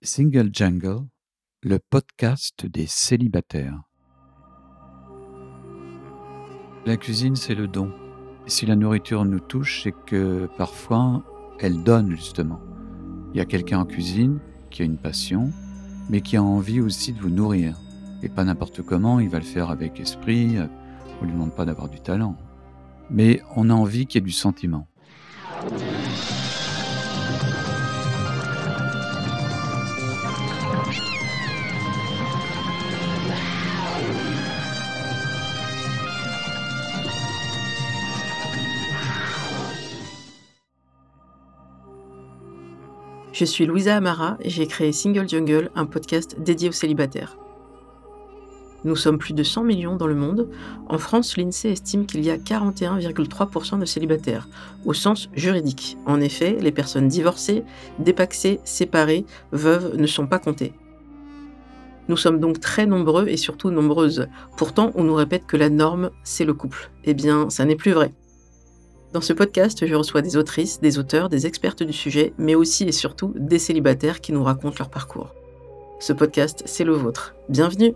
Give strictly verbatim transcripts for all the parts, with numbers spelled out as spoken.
Single Jungle, le podcast des célibataires. La cuisine, c'est le don. Si la nourriture nous touche, c'est que parfois, elle donne justement. Il y a quelqu'un en cuisine qui a une passion, mais qui a envie aussi de vous nourrir. Et pas n'importe comment, il va le faire avec esprit, euh, on ne lui demande pas d'avoir du talent. Mais on a envie qu'il y ait du sentiment. Je suis Louisa Amara et j'ai créé Single Jungle, un podcast dédié aux célibataires. Nous sommes plus de cent millions dans le monde. En France, l'INSEE estime qu'il y a quarante et un virgule trois pour cent de célibataires, au sens juridique. En effet, les personnes divorcées, dépaxées, séparées, veuves ne sont pas comptées. Nous sommes donc très nombreux et surtout nombreuses. Pourtant, on nous répète que la norme, c'est le couple. Eh bien, ça n'est plus vrai. Dans ce podcast, je reçois des autrices, des auteurs, des expertes du sujet, mais aussi et surtout des célibataires qui nous racontent leur parcours. Ce podcast, c'est le vôtre. Bienvenue!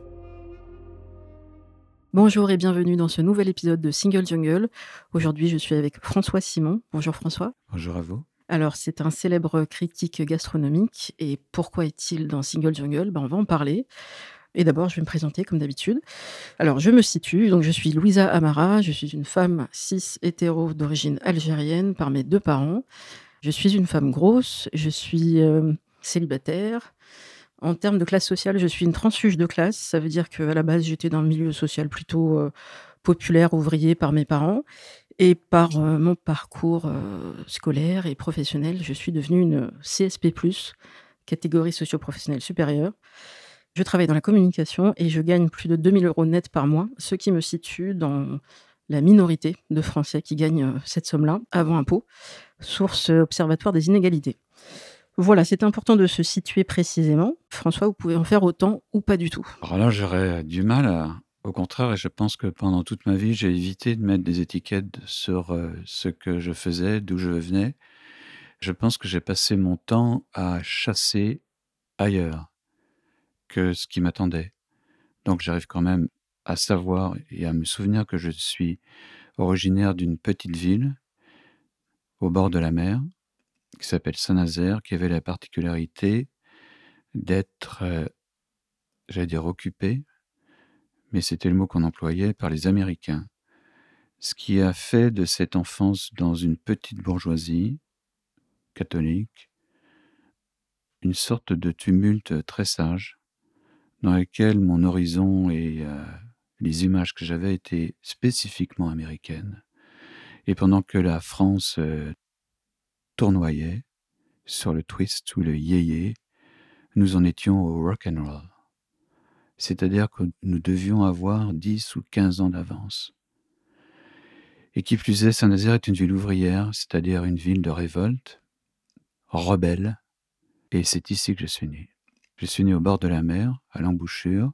Bonjour et bienvenue dans ce nouvel épisode de Single Jungle. Aujourd'hui, je suis avec François Simon. Bonjour François. Bonjour à vous. Alors, c'est un célèbre critique gastronomique. Et pourquoi est-il dans Single Jungle? Ben, on va en parler. Et d'abord, je vais me présenter comme d'habitude. Alors, je me situe, donc je suis Louisa Amara, je suis une femme cis hétéro d'origine algérienne par mes deux parents. Je suis une femme grosse, je suis euh, célibataire. En termes de classe sociale, je suis une transfuge de classe. Ça veut dire qu'à la base, j'étais dans le milieu social plutôt euh, populaire, ouvrier par mes parents. Et par euh, mon parcours euh, scolaire et professionnel, je suis devenue une C S P plus, catégorie socio-professionnelle supérieure. Je travaille dans la communication et je gagne plus de deux mille euros net par mois, ce qui me situe dans la minorité de Français qui gagnent cette somme-là avant impôt, source observatoire des inégalités. Voilà, c'est important de se situer précisément. François, vous pouvez en faire autant ou pas du tout. Alors là, j'aurais du mal à... Au contraire, et je pense que pendant toute ma vie, j'ai évité de mettre des étiquettes sur euh, ce que je faisais, d'où je venais. Je pense que j'ai passé mon temps à chasser ailleurs que ce qui m'attendait. Donc j'arrive quand même à savoir et à me souvenir que je suis originaire d'une petite ville au bord de la mer qui s'appelle Saint-Nazaire, qui avait la particularité d'être, euh, j'allais dire occupée, mais c'était le mot qu'on employait par les Américains. Ce qui a fait de cette enfance dans une petite bourgeoisie catholique une sorte de tumulte très sage, dans lequel mon horizon et euh, les images que j'avais étaient spécifiquement américaines. Et pendant que la France euh, tournoyait sur le twist ou le yéyé, nous en étions au rock and roll. C'est-à-dire que nous devions avoir dix ou quinze ans d'avance. Et qui plus est, Saint-Nazaire est une ville ouvrière, c'est-à-dire une ville de révolte, rebelle, et c'est ici que je suis né. Je suis né au bord de la mer, à l'embouchure,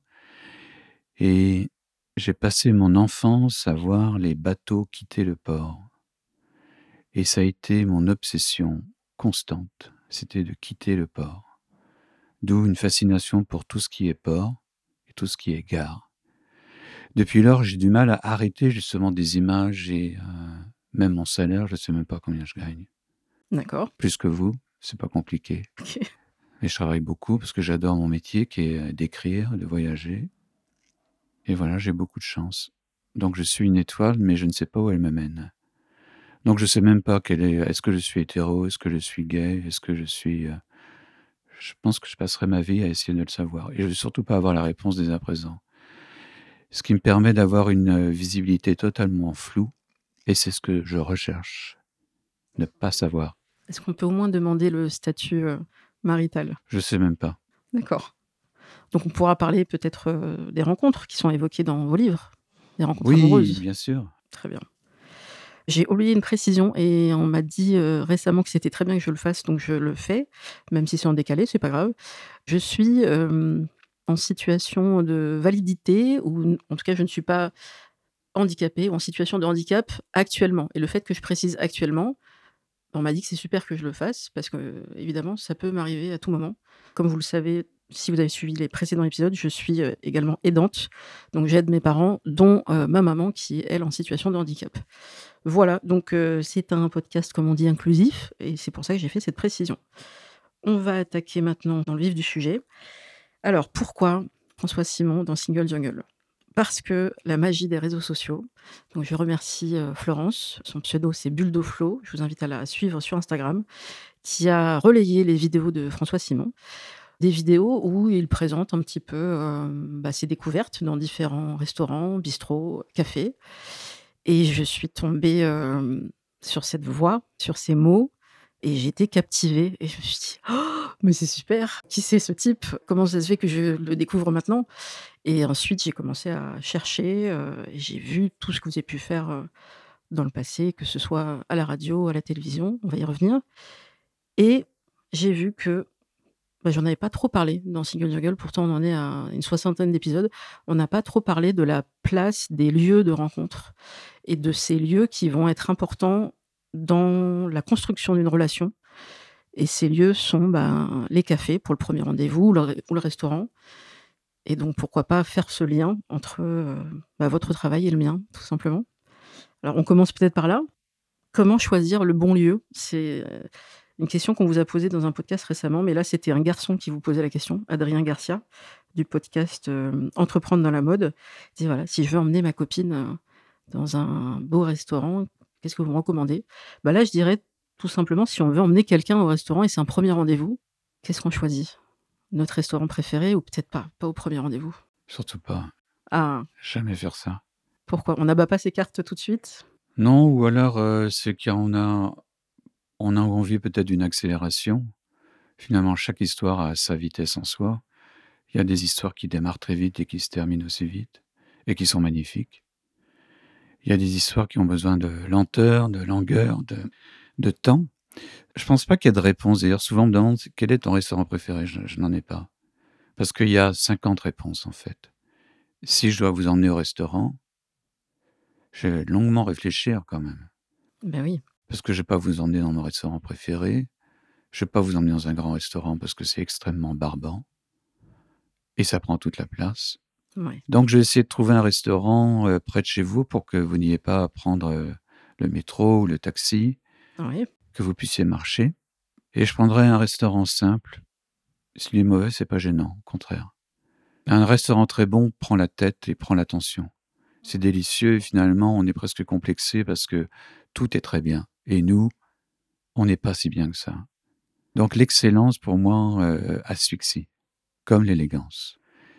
et j'ai passé mon enfance à voir les bateaux quitter le port. Et ça a été mon obsession constante, c'était de quitter le port. D'où une fascination pour tout ce qui est port et tout ce qui est gare. Depuis lors, j'ai du mal à arrêter justement des images et euh, même mon salaire, je ne sais même pas combien je gagne. D'accord. Plus que vous, c'est pas compliqué. Ok. Et je travaille beaucoup parce que j'adore mon métier qui est d'écrire, de voyager. Et voilà, j'ai beaucoup de chance. Donc je suis une étoile, mais je ne sais pas où elle me mène. Donc je ne sais même pas quelle est. Est-ce que je suis hétéro? Est-ce que je suis gay? Est-ce que je suis... euh, Je pense que je passerai ma vie à essayer de le savoir. Et je ne veux surtout pas avoir la réponse dès à présent. Ce qui me permet d'avoir une euh, visibilité totalement floue. Et c'est ce que je recherche. Ne pas savoir. Est-ce qu'on peut au moins demander le statut euh, marital? Je ne sais même pas. D'accord. Donc on pourra parler peut-être euh, des rencontres qui sont évoquées dans vos livres, des rencontres Oui, amoureuses. bien sûr. Très bien. J'ai oublié une précision et on m'a dit euh, récemment que c'était très bien que je le fasse, donc je le fais, même si c'est en décalé, c'est pas grave. Je suis euh, en situation de validité, ou en tout cas je ne suis pas handicapée ou en situation de handicap actuellement. Et le fait que je précise actuellement On m'a dit que c'est super que je le fasse parce que, évidemment, ça peut m'arriver à tout moment. Comme vous le savez, si vous avez suivi les précédents épisodes, je suis, heu, également aidante, donc j'aide mes parents, dont, heu, ma maman qui est, elle, en situation de handicap. Voilà, donc heu, c'est un podcast, comme on dit, inclusif et c'est pour ça que j'ai fait cette précision. On va attaquer maintenant dans le vif du sujet. Alors pourquoi François Simon dans Single Jungle? Parce que la magie des réseaux sociaux, donc je remercie, heu, Florence, son pseudo c'est Buldoflo, je vous invite à la suivre sur Instagram, qui a relayé les vidéos de François Simon. Des vidéos où il présente un petit peu, hem, bah, ses découvertes dans différents restaurants, bistrots, cafés et je suis tombée, hem, sur cette voix, sur ces mots et j'ai été captivée et je me suis dit: «Oh, mais c'est super! Qui c'est ce type? Comment ça se fait que je le découvre maintenant?» Et ensuite j'ai commencé à chercher, heu et j'ai vu tout ce que vous avez pu faire, heu, dans le passé, que ce soit à la radio, à la télévision, on va y revenir et j'ai vu que, bah, j'en avais pas trop parlé dans Single Jungle, pourtant on en est à une soixantaine d'épisodes. On n'a pas trop parlé de la place des lieux de rencontre et de ces lieux qui vont être importants dans la construction d'une relation et ces lieux sont, ben, les cafés pour le premier rendez-vous ou le re ou le restaurant et donc pourquoi pas faire ce lien entre, heu, bah, votre travail et le mien, tout simplement. Alors on commence peut-être par là. Comment choisir le bon lieu? C'est, heu, une question qu'on vous a posée dans un podcast récemment, mais là, c'était un garçon qui vous posait la question, Adrien Garcia, du podcast, hem, Entreprendre dans la mode. Il dit: «Voilà, si je veux emmener ma copine, heu, dans un beau restaurant, qu'est-ce que vous me recommandez?» Bah, là, je dirais tout simplement, si on veut emmener quelqu'un au restaurant et c'est un premier rendez-vous, qu'est-ce qu'on choisit? Notre restaurant préféré ou peut-être pas? Pas au premier rendez-vous? Surtout pas, Ah, jamais faire ça. pourquoi? On n'abat pas ses cartes tout de suite? Non, ou alors, heu, c'est qu'on a on a envie peut-être d'une accélération. Finalement, chaque histoire a sa vitesse en soi. Il y a des histoires qui démarrent très vite et qui se terminent aussi vite et qui sont magnifiques. Il y a des histoires qui ont besoin de lenteur, de langueur, de de temps. Je pense pas qu'il y ait de réponse. D'ailleurs, souvent on me demande: «Quel est ton restaurant préféré?» Je je n'en ai pas. Parce qu'il y a cinquante réponses, en fait. Si je dois vous emmener au restaurant, je vais longuement réfléchir quand même. Ben oui, Parce que je vais pas vous emmener dans mon restaurant préféré. Je vais pas vous emmener dans un grand restaurant parce que c'est extrêmement barbant et ça prend toute la place. ouais, Donc je vais essayer de trouver un restaurant, heu, près de chez vous pour que vous n'ayez pas à prendre, heu, le métro ou le taxi, ouais, que vous puissiez marcher et je prendrai un restaurant simple. S'il est mauvais, c'est pas gênant, au contraire. Un restaurant très bon prend la tête et prend l'attention. C'est délicieux et finalement, on est presque complexé parce que tout est très bien et nous, on n'est pas si bien que ça. Donc l'excellence pour moi, heu, asphyxie, comme l'élégance.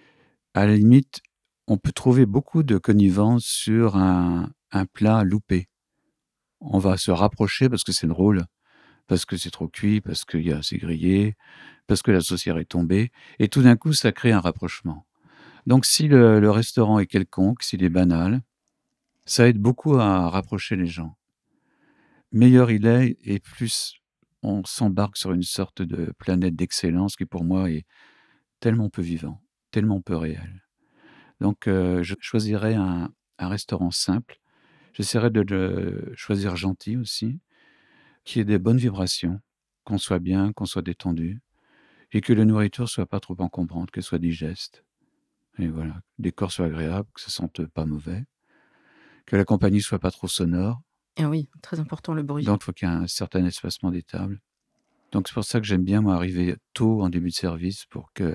À la limite, on peut trouver beaucoup de connivence sur un un plat loupé. On va se rapprocher parce que c'est drôle, parce que c'est trop cuit, parce qu'il y a c'est grillé, parce que la saucière est tombée et tout d'un coup, ça crée un rapprochement. Donc si le le restaurant est quelconque, s'il est banal, ça aide beaucoup à rapprocher les gens. Meilleur il est et plus on s'embarque sur une sorte de planète d'excellence qui pour moi est tellement peu vivant, tellement peu réel. Donc heu, je choisirais un un restaurant simple. J'essaierais de le choisir gentil aussi, qu'il y ait des bonnes vibrations, qu'on soit bien, qu'on soit détendu et que la nourriture soit pas trop encombrante, qu'elle soit digeste et voilà. Le décor soit agréable, que ça sente pas mauvais, que la compagnie soit pas trop sonore. et oui, très important le bruit. Donc il faut qu'il y ait un certain espacement des tables. Donc c'est pour ça que j'aime bien moi arriver tôt en début de service pour que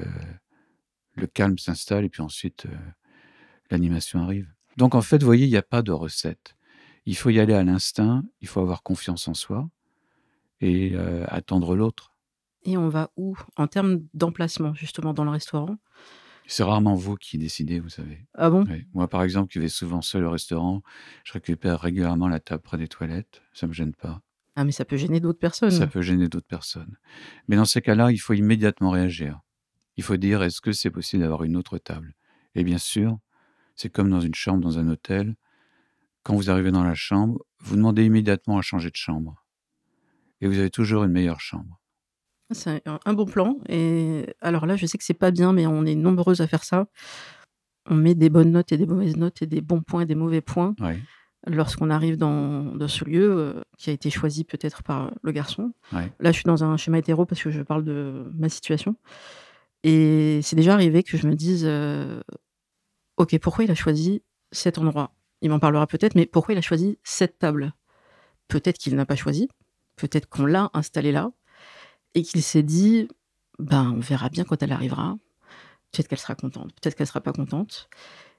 le calme s'installe et puis ensuite, heu, l'animation arrive. Donc en fait, vous voyez, il y a pas de recette. Il faut y aller à l'instinct, il faut avoir confiance en soi et heu, attendre l'autre. Et on va où? En termes d'emplacement, justement, dans le restaurant? C'est rarement vous qui décidez, vous savez. Ah bon? Oui. Moi, par exemple, qui vais souvent seul au restaurant, je récupère régulièrement la table près des toilettes, ça me gêne pas. Ah mais ça peut gêner d'autres Ça personnes. peut gêner d'autres personnes. Mais dans ces cas-là, il faut immédiatement réagir. Il faut dire: «Est-ce que c'est possible d'avoir une autre table?» Et bien sûr, c'est comme dans une chambre dans un hôtel, quand vous arrivez dans la chambre, vous demandez immédiatement à changer de chambre et vous avez toujours une meilleure chambre. C'est un un bon plan et alors là, je sais que c'est pas bien, mais on est nombreuses à faire ça. On met des bonnes notes et des mauvaises notes et des bons points et des mauvais points. Oui. lorsqu'on arrive dans dans ce lieu, heu, qui a été choisi peut-être par le garçon. Ouais. Là, je suis dans un schéma hétéro parce que je parle de ma situation et c'est déjà arrivé que je me dise, heu: «OK, pourquoi il a choisi cet endroit?» Il m'en parlera peut-être, mais pourquoi il a choisi cette table? Peut-être qu'il n'a pas choisi, peut-être qu'on l'a installée là et qu'il s'est dit: «Ben, on verra bien quand elle arrivera. Peut-être qu'elle sera contente, peut-être qu'elle sera pas contente»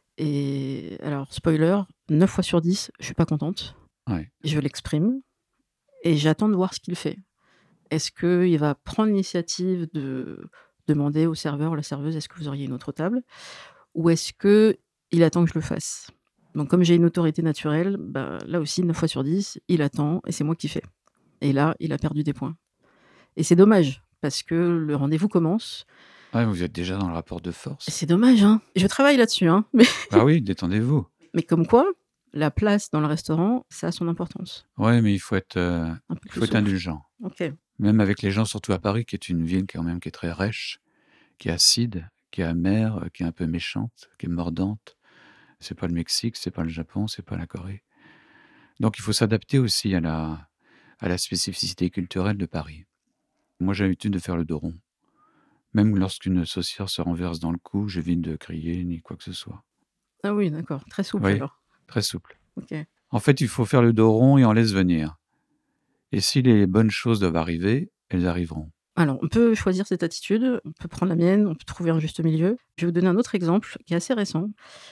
et alors spoiler, neuf fois sur dix, je suis pas contente. Ouais. Je l'exprime et j'attends de voir ce qu'il fait. Est-ce qu'il va prendre l'initiative de demander au serveur ou la serveuse: «Est-ce que vous auriez une autre table?» ou est-ce qu'il attend que je le fasse? Donc comme j'ai une autorité naturelle, bah, là aussi neuf fois sur dix, il attend et c'est moi qui fais et là, il a perdu des points et c'est dommage parce que le rendez-vous commence. Ouais, vous êtes déjà dans le rapport de force. C'est dommage, hein? Je travaille là-dessus, hein, mais Bah oui, détendez-vous. mais comme quoi, la place dans le restaurant, ça a son importance. Ouais, mais il faut être, heu, Un peu il plus faut être souple. indulgent. OK. Même avec les gens, surtout à Paris, qui est une ville quand même qui est très rêche, qui est acide, qui est amère, heu, qui est un peu méchante, qui est mordante. C'est pas le Mexique, c'est pas le Japon, c'est pas la Corée. Donc il faut s'adapter aussi à la à la spécificité culturelle de Paris. Moi, j'ai l'habitude de faire le dos rond. Même lorsqu'une saucière se renverse dans le cou, j'évite de crier ni quoi que ce soit. Ah oui, d'accord, très Vous souple voyez? alors. Très souple. OK. En fait, il faut faire le dos rond et on laisse venir. Et si les bonnes choses doivent arriver, elles arriveront. Alors, on peut choisir cette attitude, on peut prendre la mienne, on peut trouver un juste milieu. Je vais vous donner un autre exemple qui est assez récent.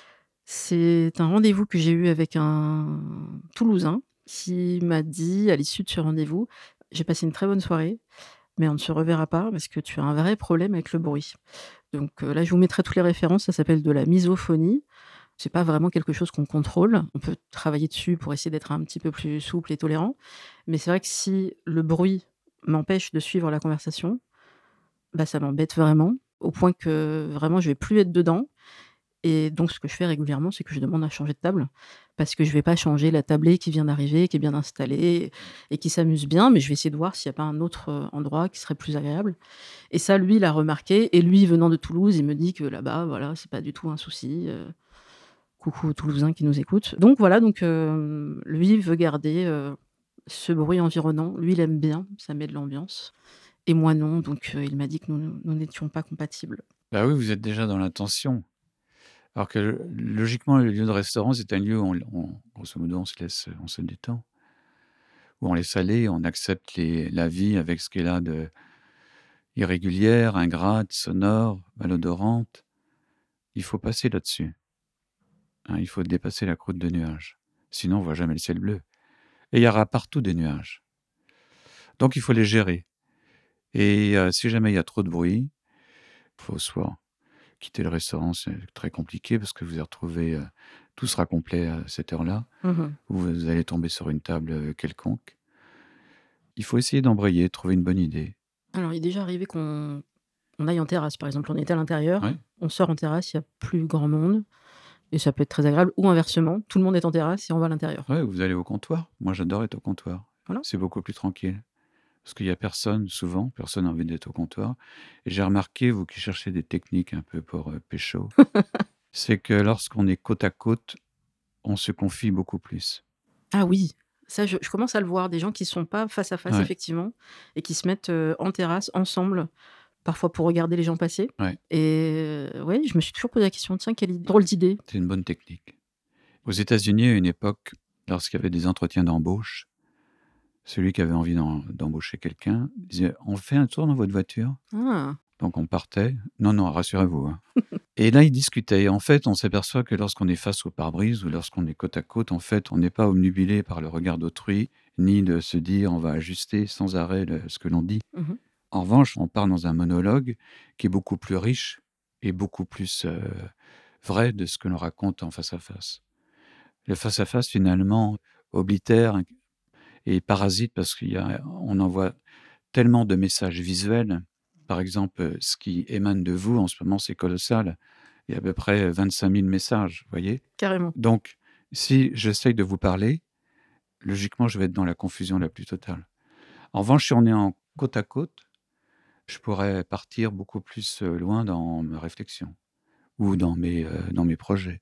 C'est un rendez-vous que j'ai eu avec un Toulousain qui m'a dit à l'issue de ce rendez-vous: «J'ai passé une très bonne soirée, mais on ne se reverra pas parce que tu as un vrai problème avec le bruit». Donc heu, là, je vous mettrai toutes les références, ça s'appelle de la misophonie. C'est pas vraiment quelque chose qu'on contrôle. On peut travailler dessus pour essayer d'être un petit peu plus souple et tolérant. Mais c'est vrai que si le bruit m'empêche de suivre la conversation, bah, ça m'embête vraiment, au point que vraiment je vais plus être dedans et donc ce que je fais régulièrement, c'est que je demande à changer de table parce que je vais pas changer la tablée qui vient d'arriver, qui est bien installée et qui s'amuse bien, mais je vais essayer de voir s'il y a pas un autre, heu, endroit qui serait plus agréable et ça, lui, il a remarqué et lui, venant de Toulouse, il me dit que là-bas, voilà, c'est pas du tout un souci, heu, coucou aux Toulousains qui nous écoutent. Donc voilà, donc hem, lui veut garder, heu, ce bruit environnant. Lui, il aime bien, ça met de l'ambiance et moi non, donc heu, il m'a dit que nous nous n'étions pas compatibles. Bah oui, vous êtes déjà dans l'intention. Alors que logiquement, le lieu de restaurant, c'est un lieu où on on grosso modo, on se laisse, on se détend, où on laisse aller, on accepte les la vie avec ce qu'elle a de irrégulière, ingrate, sonore, malodorante. Il faut passer là-dessus, hein, il faut dépasser la croûte de nuages. Sinon, on voit jamais le ciel bleu et il y aura partout des nuages. Donc il faut les gérer et heu, si jamais il y a trop de bruit, il faut soit quitter le restaurant, c'est très compliqué parce que vous vous retrouvez, heu, tout sera complet à cette heure-là, Mmh mh. ou vous allez tomber sur une table, heu, quelconque. Il faut essayer d'embrayer, trouver une bonne idée. Alors, il est déjà arrivé qu'on on aille en terrasse, par exemple, on était à l'intérieur, Ouais, on sort en terrasse, il y a plus grand monde et ça peut être très agréable ou inversement, tout le monde est en terrasse et on va à l'intérieur. ouais, vous allez au comptoir. Moi, j'adore être au comptoir. Voilà. C'est beaucoup plus tranquille parce qu'il y a personne souvent, personne n'a envie d'être au comptoir et j'ai remarqué, vous qui cherchez des techniques un peu pour, heu, pécho, c'est que lorsqu'on est côte à côte, on se confie beaucoup plus. Ah oui, ça je je commence à le voir, des gens qui sont pas face à face Ouais, effectivement et qui se mettent, heu, en terrasse ensemble, parfois pour regarder les gens passer ouais, et heu, ouais, je me suis toujours posé la question: «Tiens, quelle i drôle d'idée». c'est une bonne technique. Aux États-Unis, à une époque, lorsqu'il y avait des entretiens d'embauche, celui qui avait envie d'em d'embaucher quelqu'un disait: «On fait un tour dans votre voiture?» Ah! Donc on partait. Non, non, rassurez-vous, hein. Et là, ils discutaient et en fait, on s'aperçoit que lorsqu'on est face au pare-brise ou lorsqu'on est côte à côte, en fait, on n'est pas obnubilé par le regard d'autrui, ni de se dire: «On va ajuster sans arrêt le ce que l'on dit». Mmh mh. En revanche, on part dans un monologue qui est beaucoup plus riche et beaucoup plus, heu, vrai de ce que l'on raconte en face à face. Le face à face, finalement, oblitère et parasite parce qu'il y a on envoie tellement de messages visuels. Par exemple, heu, ce qui émane de vous en ce moment, c'est colossal. Il y a à peu près vingt-cinq mille messages, vous voyez? Carrément. Donc si j'essaye de vous parler, logiquement, je vais être dans la confusion la plus totale. En revanche, si on est en côte à côte, je pourrais partir beaucoup plus, heu, loin dans ma réflexion ou dans mes, heu, dans mes projets.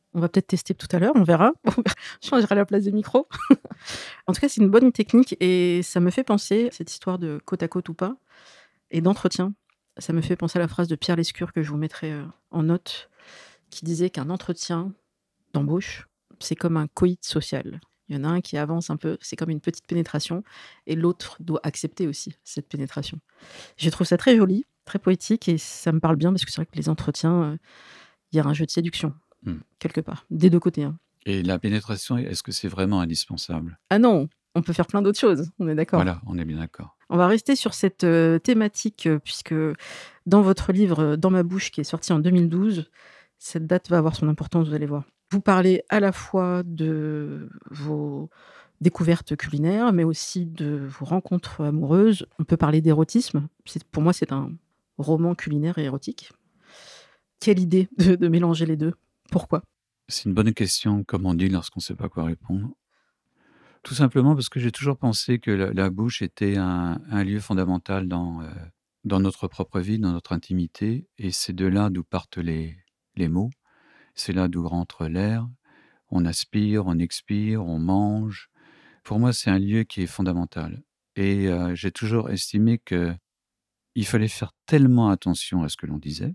On va peut-être tester tout à l'heure, on verra. Je changerai la place des micros. En tout cas, c'est une bonne technique et ça me fait penser, cette histoire de côte à côte ou pas et d'entretien. Ça me fait penser à la phrase de Pierre Lescure que je vous mettrai, heu, en note, qui disait qu'un entretien d'embauche, c'est comme un coït social. Il y en a un qui avance un peu, c'est comme une petite pénétration et l'autre doit accepter aussi cette pénétration. Je trouve ça très joli, très poétique et ça me parle bien parce que c'est vrai que les entretiens, heu, il y a un jeu de séduction, Mmh. quelque part, des deux côtés, hein. Et la pénétration, est-ce que c'est vraiment indispensable? Ah non, on peut faire plein d'autres choses, on est d'accord. Voilà, on est bien d'accord. On va rester sur cette, heu, thématique, heu, puisque dans votre livre, heu, Dans ma bouche, qui est sorti en deux mille douze, cette date va avoir son importance, vous allez voir. Vous parlez à la fois de vos découvertes culinaires, mais aussi de vos rencontres amoureuses. On peut parler d'érotisme. C'est pour moi, c'est un roman culinaire et érotique. Quelle idée de de mélanger les deux. Pourquoi? C'est une bonne question, comme on dit lorsqu'on ne sait pas quoi répondre. Tout simplement parce que j'ai toujours pensé que la la bouche était un un lieu fondamental dans, heu, dans notre propre vie, dans notre intimité et c'est de là d'où partent les les mots. C'est là d'où rentre l'air. On aspire, on expire, on mange. Pour moi, c'est un lieu qui est fondamental et heu, j'ai toujours estimé qu'il fallait faire tellement attention à ce que l'on disait,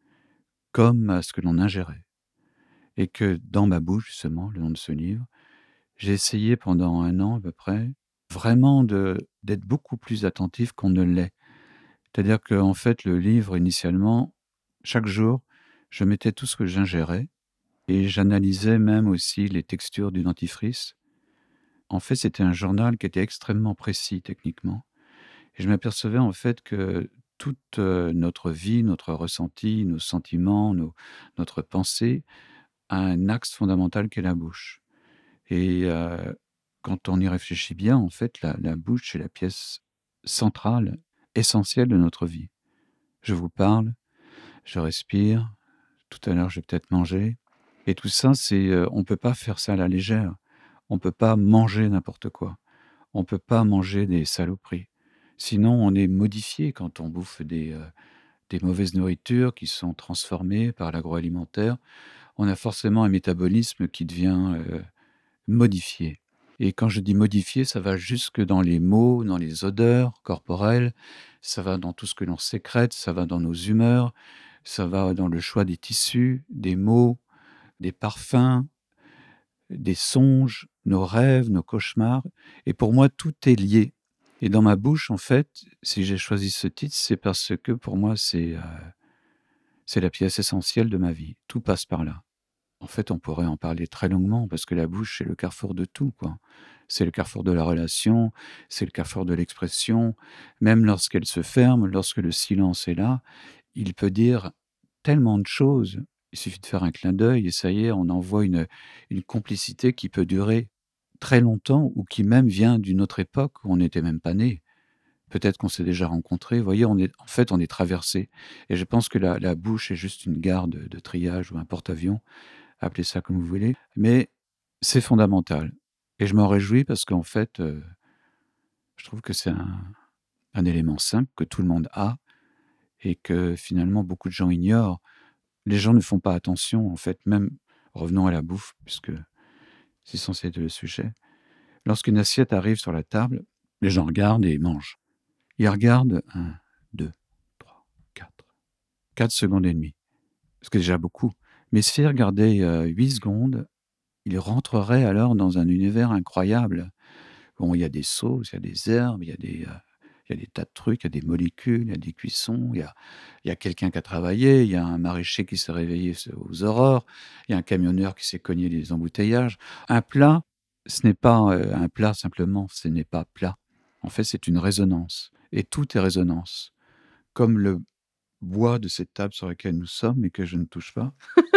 comme à ce que l'on ingérait et que dans ma bouche, justement, le nom de ce livre, j'ai essayé pendant un an à peu près, vraiment de d'être beaucoup plus attentif qu'on ne l'est. C'est-à-dire qu'en fait, le livre initialement, chaque jour, je mettais tout ce que j'ingérais et j'analysais même aussi les textures du dentifrice. En fait, c'était un journal qui était extrêmement précis techniquement et je m'apercevais en fait que toute, heu, notre vie, notre ressenti, nos sentiments, nos notre pensée a un axe fondamental qui est la bouche. Et heu, quand on y réfléchit bien, en fait, la la bouche est la pièce centrale, essentielle de notre vie. Je vous parle, je respire, tout à l'heure, je vais peut-être manger et tout ça, c'est, heu, on peut pas faire ça à la légère. On peut pas manger n'importe quoi. On peut pas manger des saloperies. Sinon, on est modifié quand on bouffe des, heu, des mauvaises nourritures qui sont transformées par l'agroalimentaire. On a forcément un métabolisme qui devient, heu, modifié. Et quand je dis modifié, ça va jusque dans les mots, dans les odeurs corporelles, ça va dans tout ce que l'on sécrète, ça va dans nos humeurs, ça va dans le choix des tissus, des mots, des parfums, des songes, nos rêves, nos cauchemars et pour moi, tout est lié et dans ma bouche, en fait, si j'ai choisi ce titre, c'est parce que pour moi, c'est, heu, c'est la pièce essentielle de ma vie. Tout passe par là. En fait, on pourrait en parler très longuement parce que la bouche, c'est le carrefour de tout, quoi. C'est le carrefour de la relation, c'est le carrefour de l'expression. Même lorsqu'elle se ferme, lorsque le silence est là, il peut dire tellement de choses. Il suffit de faire un clin d'œil et ça y est, on envoie une, une complicité qui peut durer très longtemps ou qui même vient d'une autre époque où on n'était même pas né. Peut-être qu'on s'est déjà rencontrés. Vous voyez, on est, en fait, on est traversé. Et je pense que la, la bouche est juste une gare de, de triage ou un porte-avions, appelez ça comme vous voulez, mais c'est fondamental et je m'en réjouis parce qu'en fait, heu, je trouve que c'est un un élément simple que tout le monde a et que finalement beaucoup de gens ignorent. Les gens ne font pas attention en fait, même revenons à la bouffe puisque c'est censé être le sujet. Lorsqu'une assiette arrive sur la table, les gens regardent et mangent. Ils regardent un, deux, trois, quatre, quatre secondes et demie, ce qui est déjà beaucoup, mais se fait regarder, heu, huit secondes. Il rentrerait alors dans un univers incroyable. Bon, il y a des sauces, il y a des herbes, il y a des, heu, il y a des tas de trucs, il y a des molécules, il y a des cuissons, il y a il y a quelqu'un qui a travaillé, il y a un maraîcher qui s'est réveillé s aux aurores, il y a un camionneur qui s'est cogné les embouteillages. Un plat, ce n'est pas, heu, un plat simplement, ce n'est pas plat. En fait, c'est une résonance et tout est résonance. Comme le bois de cette table sur laquelle nous sommes et que je ne touche pas.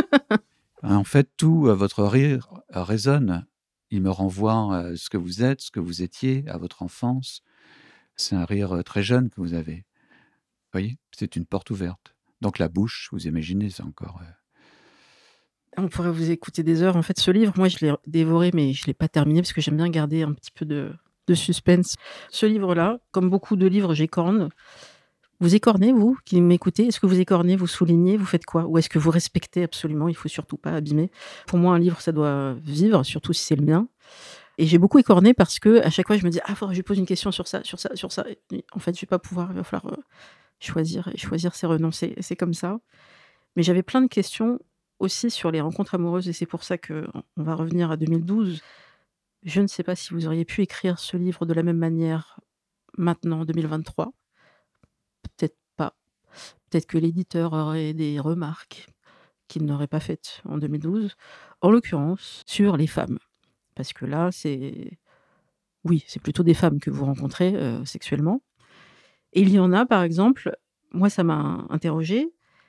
En fait, tout, heu, votre rire résonne. Il me renvoie, heu, ce que vous êtes, ce que vous étiez, à votre enfance. C'est un rire, heu, très jeune que vous avez. Vous voyez? C'est une porte ouverte. Donc la bouche, vous imaginez, c'est encore, heu On pourrait vous écouter des heures. En fait, ce livre, moi, je l'ai dévoré, mais je l'ai pas terminé parce que j'aime bien garder un petit peu de de suspense. Ce livre-là, comme beaucoup de livres, j'écorne. Vous écornez, vous, qui m'écoutez? Est-ce que vous écornez, vous soulignez, vous faites quoi? Ou est-ce que vous respectez absolument, il faut surtout pas abîmer? Pour moi, un livre, ça doit vivre, surtout si c'est le mien et j'ai beaucoup écorné parce qu'à chaque fois, je me dis: «Ah, faudrait que je lui pose une question sur ça, sur ça, sur ça» et et en fait, je vais pas pouvoir, il va falloir, heu, choisir et choisir, c'est renoncer et c'est comme ça. Mais j'avais plein de questions aussi sur les rencontres amoureuses et c'est pour ça qu'on on va revenir à deux mille douze. Je ne sais pas si vous auriez pu écrire ce livre de la même manière maintenant, en deux mille vingt-trois. Peut-être pas. Peut-être que l'éditeur aurait des remarques qu'il n'aurait pas faites en deux mille douze. En l'occurrence, sur les femmes. Parce que là, c'est oui, c'est plutôt des femmes que vous rencontrez, heu, sexuellement et il y en a, par exemple, moi, ça m'a interrogée,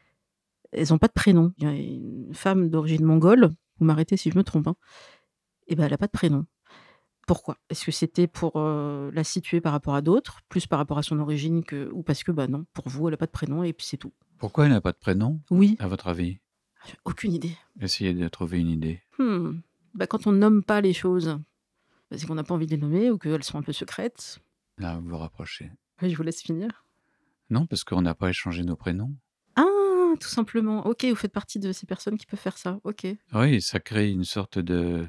elles ont pas de prénom. Il y a une femme d'origine mongole, vous m'arrêtez si je me trompe, hein, et ben, elle a pas de prénom. Pourquoi? Est-ce que c'était pour, heu, la situer par rapport à d'autres, plus par rapport à son origine que ou parce que, bah, non, pour vous, elle a pas de prénom et puis c'est tout? Pourquoi elle n'a pas de prénom, Oui, à votre avis? j'ai aucune idée. Essayez de trouver une idée. Mmh, bah, quand on nomme pas les choses, bah, c'est qu'on n'a pas envie de les nommer ou qu'elles sont un peu secrètes. Là, vous vous rapprochez. Oui, je vous laisse finir. Non, parce qu'on n'a pas échangé nos prénoms. Ah! Tout simplement. OK, vous faites partie de ces personnes qui peuvent faire ça. OK. Oui, ça crée une sorte de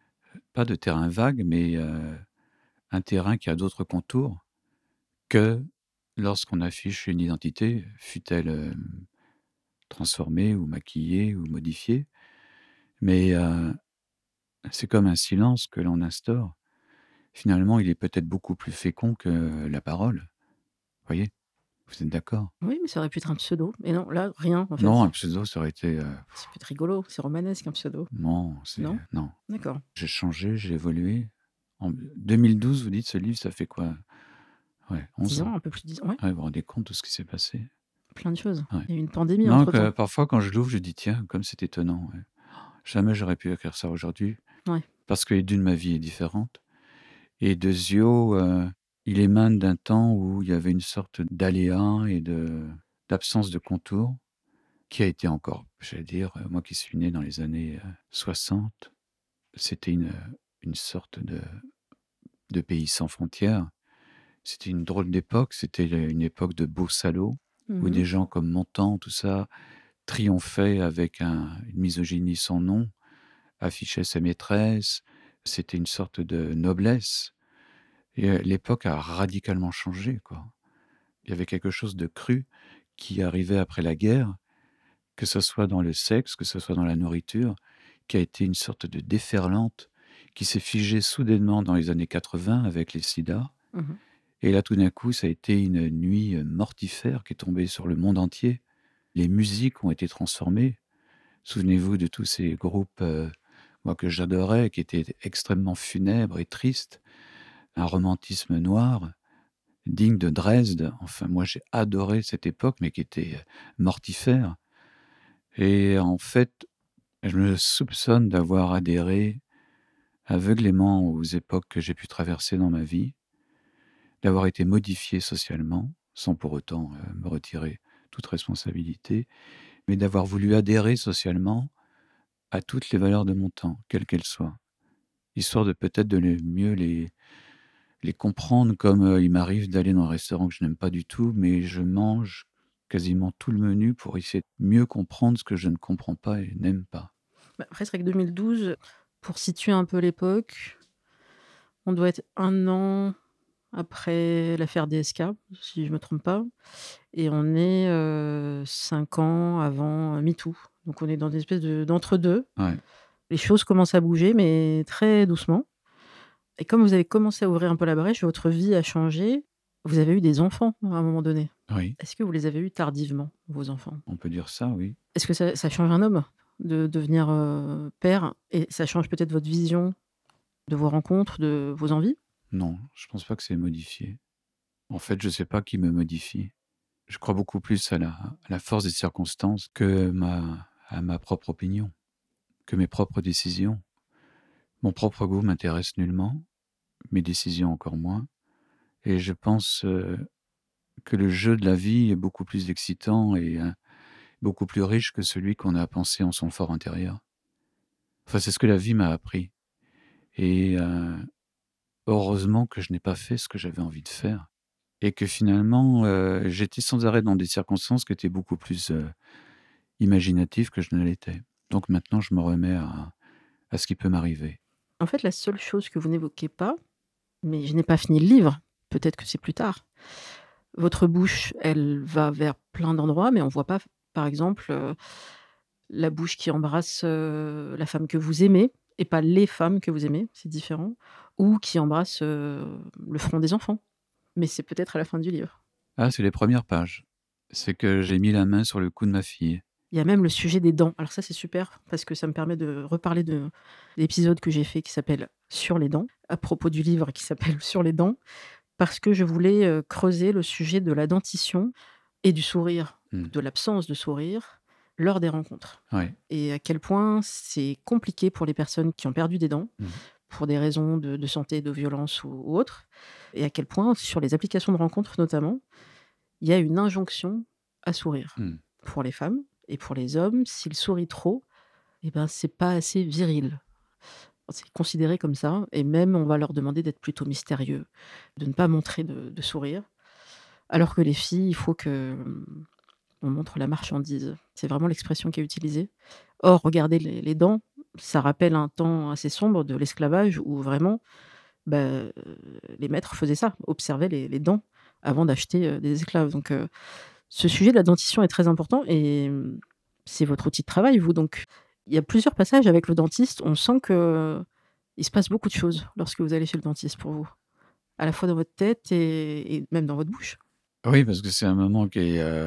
pas de terrain vague, mais heu, un terrain qui a d'autres contours que lorsqu'on affiche une identité, fût-elle, hem, transformée ou maquillée ou modifiée. Mais heu, c'est comme un silence que l'on instaure. Finalement, il est peut-être beaucoup plus fécond que la parole. Voyez? Vous êtes d'accord? Oui, mais ça aurait pu être un pseudo. Mais non, là, rien, en fait. Non, un pseudo, ça aurait été, heu, Ça peut être rigolo, c'est romanesque un pseudo. non, c'est Non? non. D'accord. J'ai changé, j'ai évolué. En deux mille douze, vous dites, ce livre, ça fait quoi? Ouais, onze dix ans. ans, un peu plus de dix ans, ouais, Ouais, vous vous rendez compte de ce qui s'est passé? plein de choses. Ouais. Il y a eu une pandémie Donc entre-temps. heu, parfois quand je l'ouvre, je dis: «Tiens, comme c'est étonnant, ouais. Jamais j'aurais pu écrire ça aujourd'hui». Ouais. Parce que d'une, ma vie est différente et deuxio, heu, il émane d'un temps où il y avait une sorte d'aléa et de d'absence de contours qui a été encore, j'allais dire, heu, moi qui suis né dans les années, heu, soixante, c'était une, heu, une sorte de de pays sans frontières. C'était une drôle d'époque, c'était le une époque de beaux salauds, où Mmh. des gens comme Montand, tout ça, triomphaient avec un une misogynie sans nom, affichaient sa maîtresse. C'était une sorte de noblesse et heu, l'époque a radicalement changé, quoi. Il y avait quelque chose de cru qui arrivait après la guerre, que ce soit dans le sexe, que ce soit dans la nourriture, qui a été une sorte de déferlante qui s'est figée soudainement dans les années quatre-vingts avec les sida. Mmh. Et là, tout d'un coup, ça a été une nuit, heu, mortifère qui est tombée sur le monde entier. Les musiques ont été transformées. Souvenez-vous de tous ces groupes, heu, moi que j'adorais, qui étaient extrêmement funèbres et tristes. Un romantisme noir, digne de Dresde. Enfin, moi, j'ai adoré cette époque, mais qui était, heu, mortifère et en fait, je me soupçonne d'avoir adhéré aveuglément aux époques que j'ai pu traverser dans ma vie, d'avoir été modifié socialement, sans pour autant, heu, me retirer toute responsabilité, mais d'avoir voulu adhérer socialement à toutes les valeurs de mon temps, quelles qu'elles soient. Histoire de peut-être de les mieux les les comprendre comme, heu, il m'arrive d'aller dans un restaurant que je n'aime pas du tout, mais je mange quasiment tout le menu pour essayer de mieux comprendre ce que je ne comprends pas et n'aime pas. Bah, après, c'est vrai que deux mille douze, pour situer un peu l'époque, on doit être un an après l'affaire D S K, si je me trompe pas et on est, heu, cinq ans avant, heu, MeToo. Donc on est dans une espèce de d'entre-deux. Ouais, Les choses commencent à bouger, mais très doucement et comme vous avez commencé à ouvrir un peu la brèche, votre vie a changé. Vous avez eu des enfants à un moment donné. oui, Est-ce que vous les avez eus tardivement, vos enfants? on peut dire ça, oui. Est-ce que ça ça change un homme de devenir, heu, père et ça change peut-être votre vision de vos rencontres, de vos envies? Non, je pense pas que c'est modifié. En fait, je sais pas qui me modifie. Je crois beaucoup plus à la à la force des circonstances que ma à ma propre opinion, que mes propres décisions. Mon propre goût m'intéresse nullement, mes décisions encore moins et je pense, heu, que le jeu de la vie est beaucoup plus excitant et heu, beaucoup plus riche que celui qu'on a pensé en son fort intérieur. Enfin, c'est ce que la vie m'a appris et heu, heureusement que je n'ai pas fait ce que j'avais envie de faire et que finalement, heu, j'étais sans arrêt dans des circonstances qui étaient beaucoup plus, heu, imaginatives que je ne l'étais. Donc maintenant je me remets à à ce qui peut m'arriver. En fait, la seule chose que vous n'évoquez pas, mais je n'ai pas fini le livre, peut-être que c'est plus tard. Votre bouche, elle va vers plein d'endroits, mais on voit pas, par exemple, heu, la bouche qui embrasse, heu, la femme que vous aimez et pas les femmes que vous aimez, c'est différent, ou qui embrasse, heu, le front des enfants. Mais c'est peut-être à la fin du livre. Ah, c'est les premières pages. C'est que j'ai mis la main sur le cou de ma fille. Il y a même le sujet des dents. Alors ça, c'est super parce que ça me permet de reparler de l'épisode que j'ai fait qui s'appelle «Sur les dents», à propos du livre qui s'appelle «Sur les dents», parce que je voulais, heu, creuser le sujet de la dentition et du sourire, ou Mmh. de l'absence de sourire, lors des rencontres Ouais. et à quel point c'est compliqué pour les personnes qui ont perdu des dents, Mmh. pour des raisons de de santé, de violence ou ou autres et à quel point, sur les applications de rencontres notamment, il y a une injonction à sourire. Mmh. Pour les femmes et pour les hommes, s'ils sourient trop et ben, c'est pas assez viril. C'est considéré comme ça et même on va leur demander d'être plutôt mystérieux, de ne pas montrer de de sourire. Alors que les filles, il faut que, mmh, on montre la marchandise. C'est vraiment l'expression qui est utilisée. Or, regardez les les dents, ça rappelle un temps assez sombre de l'esclavage où vraiment, bah, heu, les maîtres faisaient ça, observaient les les dents avant d'acheter, heu, des esclaves. Donc, heu, ce sujet de la dentition est très important et mmh, c'est votre outil de travail, vous, donc il y a plusieurs passages avec le dentiste. On sent qu'il se passe beaucoup de choses lorsque vous allez chez le dentiste pour vous, à la fois dans votre tête et et même dans votre bouche. Oui, parce que c'est un moment qui est, heu,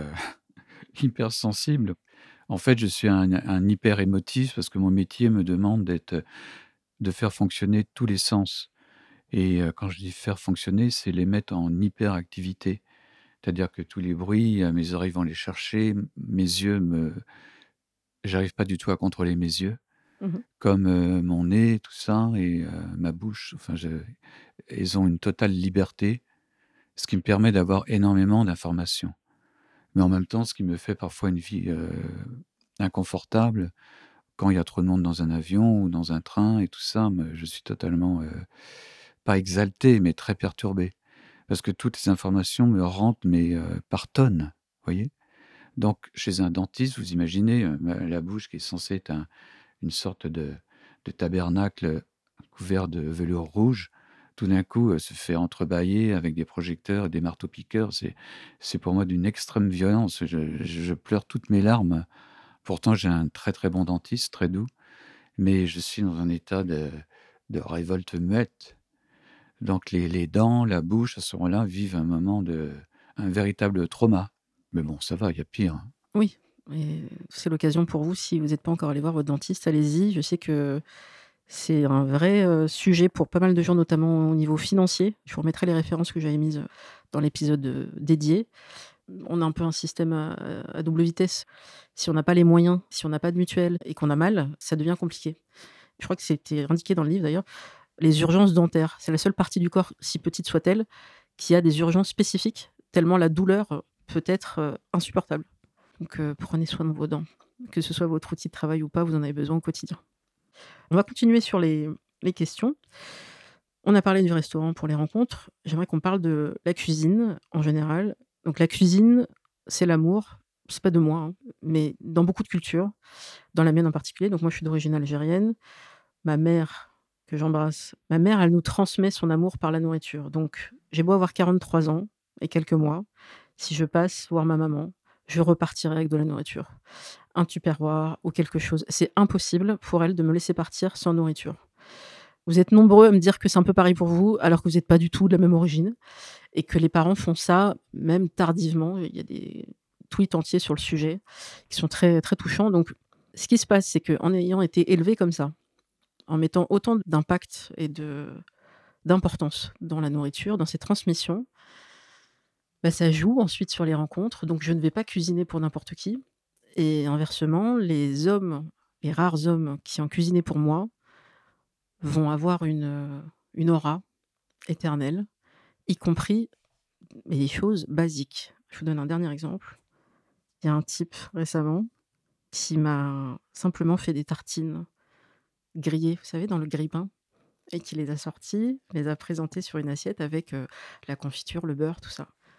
hyper sensible. En fait, je suis un un hyper émotif parce que mon métier me demande d'être, de faire fonctionner tous les sens et heu, quand je dis faire fonctionner, c'est les mettre en hyperactivité. C'est-à-dire que tous les bruits, heu, mes oreilles vont les chercher, m mes yeux me j'arrive pas du tout à contrôler mes yeux, Mmh. comme, heu, mon nez, tout ça et heu, ma bouche, enfin je elles ont une totale liberté, ce qui me permet d'avoir énormément d'informations. Mais en même temps, ce qui me fait parfois une vie, heu, inconfortable quand il y a trop de monde dans un avion ou dans un train et tout ça, me je suis totalement, heu, pas exalté, mais très perturbé. Parce que toutes ces informations me rentrent mais, heu, par tonnes, vous voyez? Donc chez un dentiste, vous imaginez, heu, ma la bouche qui est censée être un une sorte de de tabernacle couvert de velours rouge, tout d'un coup, heu, se fait entrebâiller avec des projecteurs et des marteaux-piqueurs. C'est c'est pour moi d'une extrême violence. Je je je pleure toutes mes larmes. Pourtant, j'ai un très, très bon dentiste, très doux, mais je suis dans un état de de révolte muette. Donc les les dents, la bouche, à ce moment-là, vivent un moment de un véritable trauma. Mais bon, ça va, il y a pire, hein. Oui et c'est l'occasion pour vous, si vous n'êtes pas encore allé voir votre dentiste, allez-y. Je sais que c'est un vrai, heu, sujet pour pas mal de gens, notamment au niveau financier. Je vous remettrai les références que j'avais mises, heu, dans l'épisode, heu, dédié. On a un peu un système à à double vitesse. Si on n'a pas les moyens, si on n'a pas de mutuelle et qu'on a mal, ça devient compliqué. Je crois que c'était indiqué dans le livre d'ailleurs, les urgences dentaires, c'est la seule partie du corps, si petite soit-elle, qui a des urgences spécifiques, tellement la douleur, heu, peut être, heu, insupportable. Donc, heu, prenez soin de vos dents. Que ce soit votre outil de travail ou pas, vous en avez besoin au quotidien. On va continuer sur les les questions. On a parlé du restaurant pour les rencontres. J'aimerais qu'on parle de la cuisine en général. Donc la cuisine, c'est l'amour. C'est pas de moi, hein, mais dans beaucoup de cultures, dans la mienne en particulier. Donc moi, je suis d'origine algérienne. Ma mère, que j'embrasse, ma mère, elle nous transmet son amour par la nourriture. Donc j'ai beau avoir quarante-trois ans et quelques mois, si je passe voir ma maman, je repartirai avec de la nourriture. Un tupperware ou quelque chose. C'est impossible pour elle de me laisser partir sans nourriture. Vous êtes nombreux à me dire que c'est un peu pareil pour vous, alors que vous êtes pas du tout de la même origine et que les parents font ça même tardivement. Il y a des tweets entiers sur le sujet qui sont très, très touchants. Donc ce qui se passe, c'est qu'en ayant été élevé comme ça, en mettant autant d'impact et de d'importance dans la nourriture, dans ces transmissions, bah, ça joue ensuite sur les rencontres. Donc je ne vais pas cuisiner pour n'importe qui et inversement, les hommes, les rares hommes qui ont cuisiné pour moi vont avoir une, heu, une aura éternelle, y compris mais des choses basiques. Je vous donne un dernier exemple. Il y a un type récemment qui m'a simplement fait des tartines grillées, vous savez, dans le grille-pain et qui les a sorties, les a présentées sur une assiette avec, heu, la confiture, le beurre, tout ça.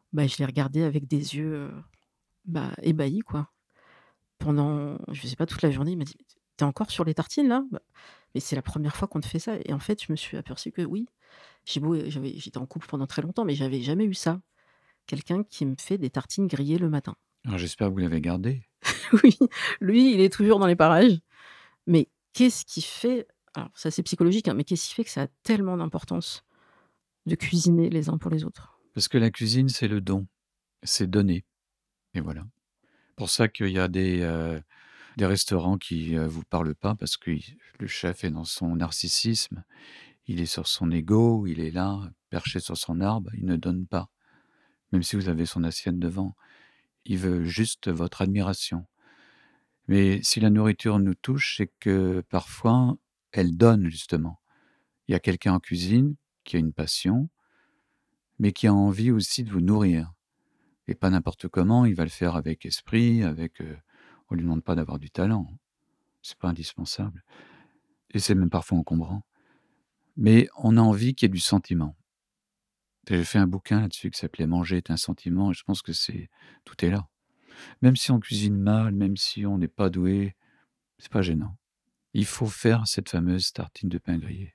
Bah, je l'ai regardé avec des yeux, heu, bah, ébahis, quoi. Pendant, je sais pas, toute la journée, il m'a dit: «Tu es encore sur les tartines là? Bah, mais c'est la première fois qu'on te fait ça», et en fait, je me suis aperçue que oui, j'ai beau j'avais j'étais en couple pendant très longtemps, mais j'avais jamais eu ça. Quelqu'un qui me fait des tartines grillées le matin. Alors j'espère que vous l'avez gardé. Oui, lui, il est toujours dans les parages, mais qu'est-ce qui fait, alors ça c'est psychologique, hein, mais qu'est-ce qui fait que ça a tellement d'importance de cuisiner les uns pour les autres? Parce que la cuisine, c'est le don, c'est donner et voilà. Pour ça qu'il y a des, heu, des restaurants qui, heu, vous parlent pas parce que il le chef est dans son narcissisme, il est sur son ego, il est là, perché sur son arbre, il ne donne pas, même si vous avez son assiette devant. Il veut juste votre admiration. Mais si la nourriture nous touche, c'est que parfois, elle donne justement. Il y a quelqu'un en cuisine qui a une passion, mais qui a envie aussi de vous nourrir et pas n'importe comment, il va le faire avec esprit, avec, heu on lui demande pas d'avoir du talent, hein. C'est pas indispensable et c'est même parfois encombrant. Mais on a envie qu'il y ait du sentiment. J'ai fait un bouquin là-dessus qui s'appelait «Manger est un sentiment» et je pense que c'est tout est là. Même si on cuisine mal, même si on n'est pas doué, c'est pas gênant. Il faut faire cette fameuse tartine de pain grillé.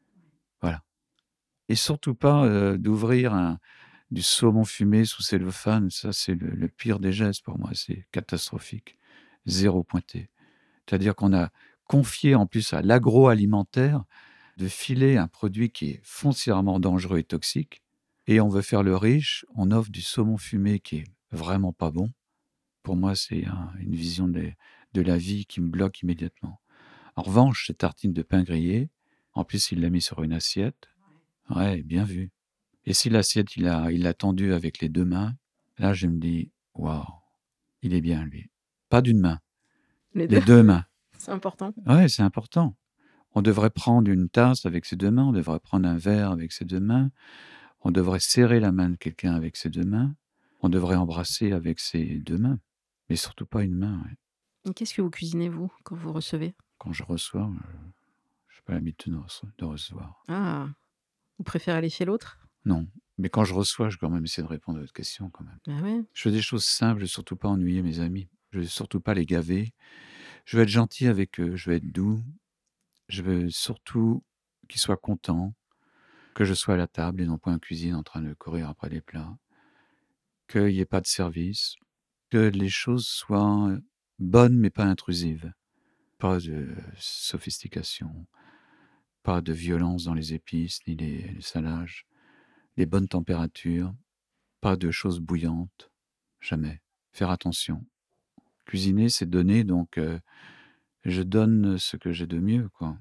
Voilà et surtout pas, heu, d'ouvrir un du saumon fumé sous cellophane, ça c'est le le pire des gestes pour moi, c'est catastrophique. Zéro pointé. C'est-à-dire qu'on a confié en plus à l'agroalimentaire de filer un produit qui est foncièrement dangereux et toxique et on veut faire le riche, on offre du saumon fumé qui est vraiment pas bon. Pour moi, c'est un une vision des de la vie qui me bloque immédiatement. En revanche, cette tartine de pain grillé, en plus il l'a mis sur une assiette, ouais, bien vu et si l'assiette il l'a il l'a tendue avec les deux mains, là je me dis: «Waouh, il est bien lui». Pas d'une main, Les les deux, deux mains. c'est important. Ouais, c'est important. On devrait prendre une tasse avec ses deux mains, on devrait prendre un verre avec ses deux mains, on devrait serrer la main de quelqu'un avec ses deux mains, on devrait embrasser avec ses deux mains, mais surtout pas une main, ouais. Et qu'est-ce que vous cuisinez vous, quand vous recevez? Quand je reçois, heu, j'ai pas l'habitude de rece de recevoir. Ah! Vous préférez aller chez l'autre? Non, mais quand je reçois, je vais quand même essayer de répondre à votre question quand même. Bah, ouais. Je fais des choses simples, je veux surtout pas ennuyer mes amis. Je veux surtout pas les gaver. Je veux être gentil avec eux, je veux être doux. Je veux surtout qu'ils soient contents, que je sois à la table et non pas en cuisine en train de courir après les plats. Qu'il y ait pas de service, que les choses soient, heu, bonnes mais pas intrusives. Pas de sophistication, pas de violence dans les épices ni les les salages, les bonnes températures, pas de choses bouillantes, jamais. Faire attention. Cuisiner, c'est donner donc heu, je donne ce que j'ai de mieux, quoi.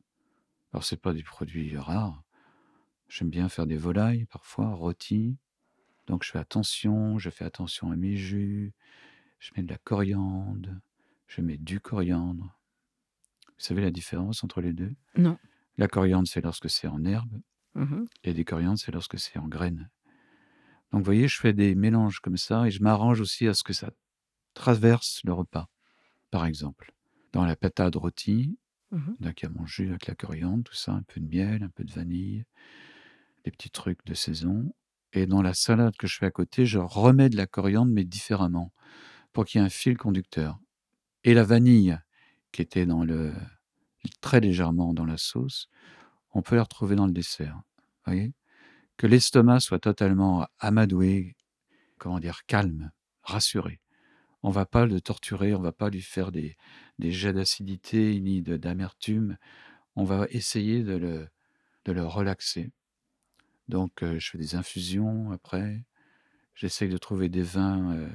Alors c'est pas des produits rares. J'aime bien faire des volailles parfois, rôties, donc je fais attention, je fais attention à mes jus, je mets de la coriandre, je mets du coriandre. Vous savez la différence entre les deux? Non. La coriandre, c'est lorsque c'est en herbe Mmh. et des coriandres, c'est lorsque c'est en graines. Donc vous voyez, je fais des mélanges comme ça et je m'arrange aussi à ce que ça traverse le repas. Par exemple, dans la patate rôtie, Mmh. donc il y a mon jus avec la coriandre, tout ça, un peu de miel, un peu de vanille, des petits trucs de saison et dans la salade que je fais à côté, je remets de la coriandre mais différemment, pour qu'il y ait un fil conducteur et la vanille qui était dans le très légèrement dans la sauce, on peut la retrouver dans le dessert. Vous voyez? Que l'estomac soit totalement amadoué, comment dire? Calme, rassuré. On va pas le torturer, on va pas lui faire des des jets d'acidité ni de d'amertume. On va essayer de le de le relaxer. Donc heu, je fais des infusions après. J'essaye de trouver des vins, heu,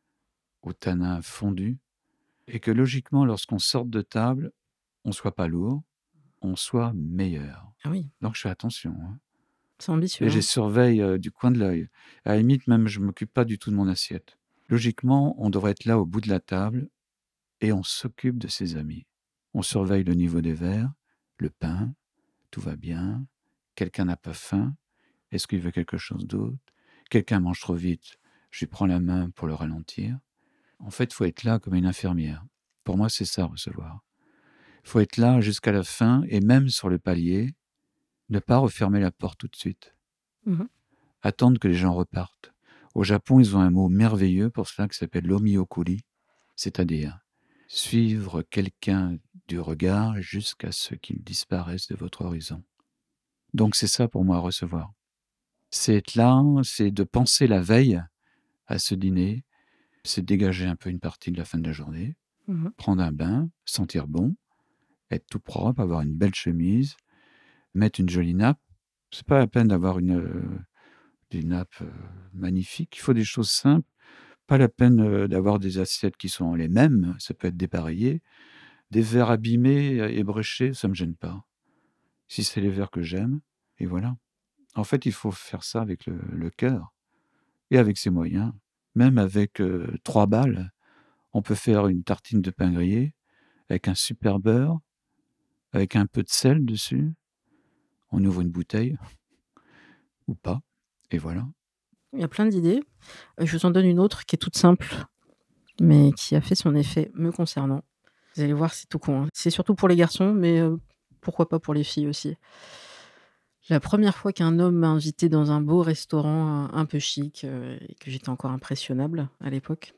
au tanin fondu et que logiquement lorsqu'on sorte de table, on soit pas lourd, on soit meilleur. Ah oui, Donc je fais attention, hein c'est ambitieux, et je hein. surveille, heu, du coin de l'œil. À la limite même, je m'occupe pas du tout de mon assiette. Logiquement, on devrait être là au bout de la table et on s'occupe de ses amis. On surveille le niveau des verres, le pain, tout va bien, quelqu'un n'a pas faim, est-ce qu'il veut quelque chose d'autre? Quelqu'un mange trop vite, je lui prends la main pour le ralentir. En fait, il faut être là comme une infirmière. Pour moi, c'est ça recevoir. Il faut être là jusqu'à la fin et même sur le palier, ne pas refermer la porte tout de suite. Mmh. Attendre que les gens repartent Au Japon, ils ont un mot merveilleux pour cela qui s'appelle l'omiokuri, c'est-à-dire suivre quelqu'un du regard jusqu'à ce qu'il disparaisse de votre horizon. Donc c'est ça pour moi recevoir. C'est être là, c'est de penser la veille à ce dîner, c'est dégager un peu une partie de la fin de la journée, Mmh. prendre un bain, sentir bon, être tout propre, avoir une belle chemise, mettre une jolie nappe. C'est pas la peine d'avoir une, heu, des nappes, heu, magnifiques. Il faut des choses simples. Pas la peine, heu, d'avoir des assiettes qui sont les mêmes, ça peut être dépareillé. Des verres abîmés, heu, ébréchés, ça me gêne pas. Si c'est les verres que j'aime et voilà. En fait, il faut faire ça avec le le cœur et avec ses moyens. Même avec, heu, trois balles, on peut faire une tartine de pain grillé avec un super beurre, avec un peu de sel dessus. On ouvre une bouteille ou pas et voilà. Il y a plein d'idées. Heu, je vous en donne une autre qui est toute simple, mais qui a fait son effet me concernant. Vous allez voir, c'est tout con, hein. C'est surtout pour les garçons, mais heu, pourquoi pas pour les filles aussi. La première fois qu'un homme m'a invitée dans un beau restaurant, un un peu chic, heu, et que j'étais encore impressionnable à l'époque,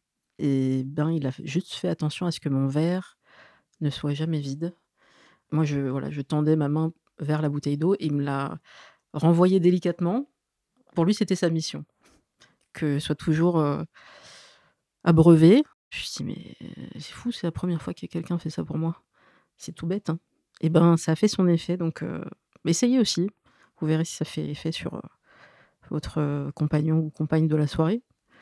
et ben, il a f juste fait attention à ce que mon verre ne soit jamais vide. Moi, je voilà, je tendais ma main vers la bouteille d'eau et il me l'a renvoyée délicatement. Pour lui, c'était sa mission, que soit toujours, heu, abreuvé. Je me suis dit: «Mais euh, c'est fou, c'est la première fois que quelqu'un fait ça pour moi». C'est tout bête, hein, et ben, ça a fait son effet, donc heu, essayez aussi. Vous verrez si ça fait effet sur, heu, votre, heu, compagnon ou compagne de la soirée.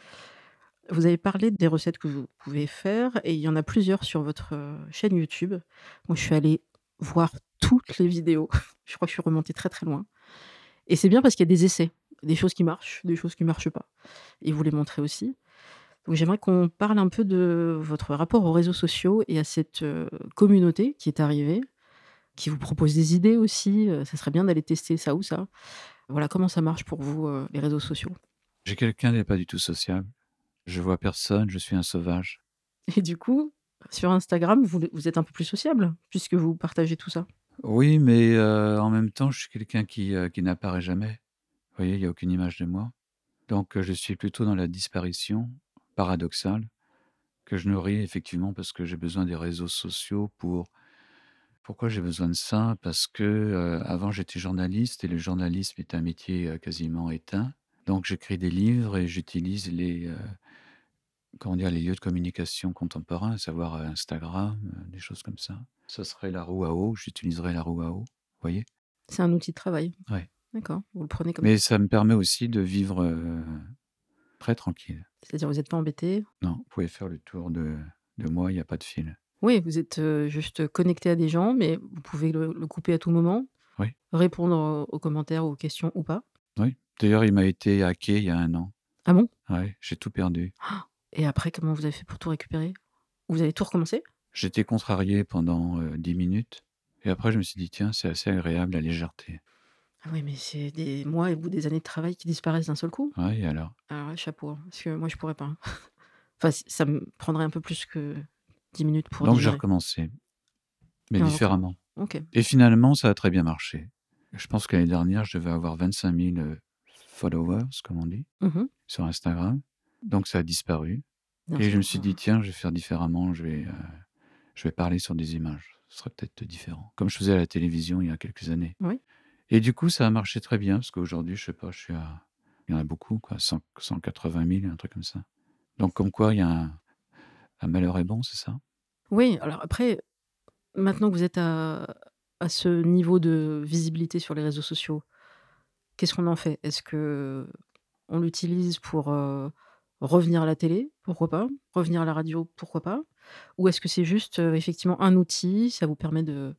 Vous avez parlé des recettes que vous pouvez faire et il y en a plusieurs sur votre, heu, chaîne YouTube. Moi, je suis allée voir toutes les vidéos. Je crois que je suis remontée très, très loin, et c'est bien parce qu'il y a des essais, des choses qui marchent, des choses qui marchent pas, et vous les montrez aussi. Donc j'aimerais qu'on parle un peu de votre rapport aux réseaux sociaux et à cette, heu, communauté qui est arrivée, qui vous propose des idées aussi, heu, ça serait bien d'aller tester ça ou ça. Voilà, comment ça marche pour vous, heu, les réseaux sociaux? J'ai quelqu'un n'est pas du tout sociable. Je vois personne, je suis un sauvage. Et du coup, sur Instagram, vous vous êtes un peu plus sociable puisque vous partagez tout ça? Oui, mais heu, en même temps, je suis quelqu'un qui, heu, qui n'apparaît jamais. Vous voyez, il y a aucune image de moi. Donc heu, je suis plutôt dans la disparition paradoxale que je nourris effectivement parce que j'ai besoin des réseaux sociaux pour pourquoi j'ai besoin de ça? Parce que, heu, avant j'étais journaliste et le journalisme est un métier, heu, quasiment éteint. Donc j'écris des livres et j'utilise les, heu, comment dire? Les lieux de communication contemporains, à savoir, heu, Instagram, heu, des choses comme ça. Ce serait la roue à eau, j'utiliserai la roue à eau, vous voyez? C'est un outil de travail. Ouais. D'accord, vous le prenez comme Mais ça me permet aussi de vivre, heu, très tranquille. c'est-à-dire vous êtes pas embêté? Non, vous pouvez faire le tour de de moi, il y a pas de fil. Oui, vous êtes, heu, juste connecté à des gens, mais vous pouvez le le couper à tout moment, Oui, répondre, heu, aux commentaires ou aux questions ou pas. oui. D'ailleurs, il m'a été hacké il y a un an. Ah bon? Ouais, j'ai tout perdu. Et après, comment vous avez fait pour tout récupérer? Vous avez tout recommencé? J'étais contrarié pendant, heu, dix minutes et après je me suis dit: «Tiens, c'est assez agréable la légèreté». Ah oui, mais c'est des mois et bout des années de travail qui disparaissent d'un seul coup? Ouais et alors? Alors là, chapeau, hein, parce que moi je pourrais pas, hein. Enfin, ç ça me prendrait un peu plus que dix minutes pour Donc j'ai digérer. recommencé, mais Et on recomm différemment OK. et finalement ça a très bien marché. Je pense que l'année dernière, je devais avoir vingt-cinq mille, heu, followers, comme on dit, Mmh. sur Instagram. Donc ça a disparu Bien et je me sûr, suis ouais. dit: «Tiens, je vais faire différemment, je vais, heu, je vais parler sur des images. Ce serait peut-être différent». Comme je faisais à la télévision il y a quelques années Oui. et du coup, ça a marché très bien parce qu'aujourd'hui, je sais pas, je suis à il y en a beaucoup quoi, cent cent quatre-vingt mille, un truc comme ça. Donc comme quoi il y a un un malheur est bon, c'est ça? Oui, alors après, maintenant que vous êtes à à ce niveau de visibilité sur les réseaux sociaux, qu'est-ce qu'on en fait? Est-ce qu'on l'utilise pour, heu, revenir à la télé? Pourquoi pas? Revenir à la radio? Pourquoi pas? Ou est-ce que c'est juste, heu, effectivement un outil, ça vous permet de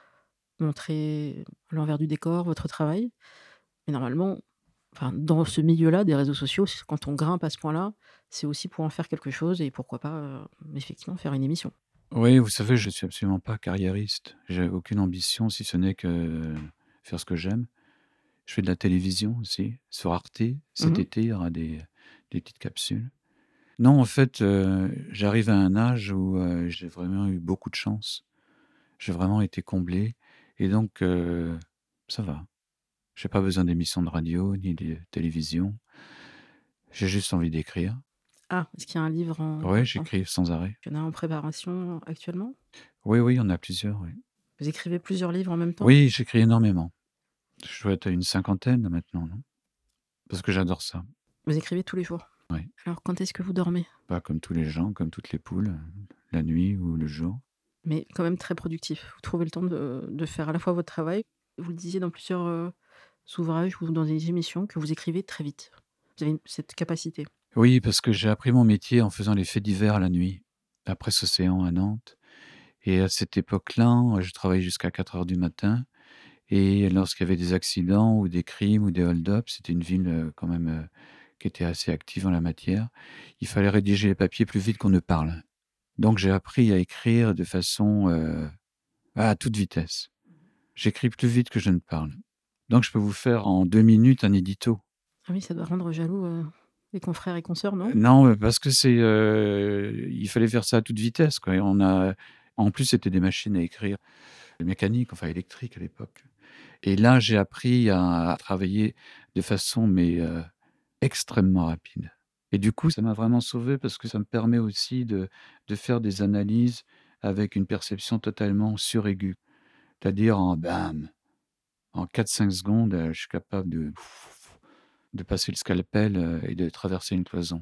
montrer l'envers du décor, votre travail? Mais normalement, enfin, dans ce milieu-là des réseaux sociaux, c quand on grimpe à ce point-là, c'est aussi pour en faire quelque chose et pourquoi pas, heu, effectivement faire une émission. Oui, vous savez, je suis absolument pas carriériste. J'ai aucune ambition si ce n'est que faire ce que j'aime. Je fais de la télévision aussi, sur Arte. Cet Mmh. été, il y aura des des petites capsules. Non, en fait, heu, j'arrive à un âge où, heu, j'ai vraiment eu beaucoup de chance. J'ai vraiment été comblé et donc heu, ça va. J'ai pas besoin d'émissions de radio ni de télévision. J'ai juste envie d'écrire. Ah, est-ce qu'il y a un livre en Ouais, en j'écris sans arrêt. il y en a un en préparation actuellement? Oui, oui, il y en a plusieurs, oui. Vous écrivez plusieurs livres en même temps? Oui, j'écris énormément. Je dois être à une cinquantaine maintenant, non? Parce que j'adore ça. Vous écrivez tous les jours? Oui, Alors quand est-ce que vous dormez? pas comme tous les gens, comme toutes les poules, heu, la nuit ou le jour. Mais quand même très productif. Vous trouvez le temps de de faire à la fois votre travail, vous le disiez dans plusieurs, heu, ouvrages ou dans des émissions que vous écrivez très vite. Vous avez une cette capacité. Oui, parce que j'ai appris mon métier en faisant les faits divers la nuit, à Presse-Océan à Nantes et à cette époque-là, heu, je travaillais jusqu'à quatre heures du matin et lorsqu'il y avait des accidents ou des crimes ou des hold-up, c'était une ville, heu, quand même, heu, qui était assez active en la matière. Il fallait rédiger les papiers plus vite qu'on ne parle. Donc j'ai appris à écrire de façon, heu, à toute vitesse. J'écris plus vite que je ne parle. Donc je peux vous faire en deux minutes un édito. Ah oui, ça doit rendre jaloux, heu, les confrères et consoeurs, non? Heu, non, heu, parce que c'est, heu, il fallait faire ça à toute vitesse, quoi et on a en plus, c'était des machines à écrire mécaniques, enfin électriques à l'époque et là, j'ai appris à à travailler de façon mais, heu, extrêmement rapide et du coup, ça m'a vraiment sauvé parce que ça me permet aussi de de faire des analyses avec une perception totalement suraiguë. C'est-à-dire en bam, en quatre cinq secondes, heu, je suis capable de de passer le scalpel, heu et de traverser une cloison.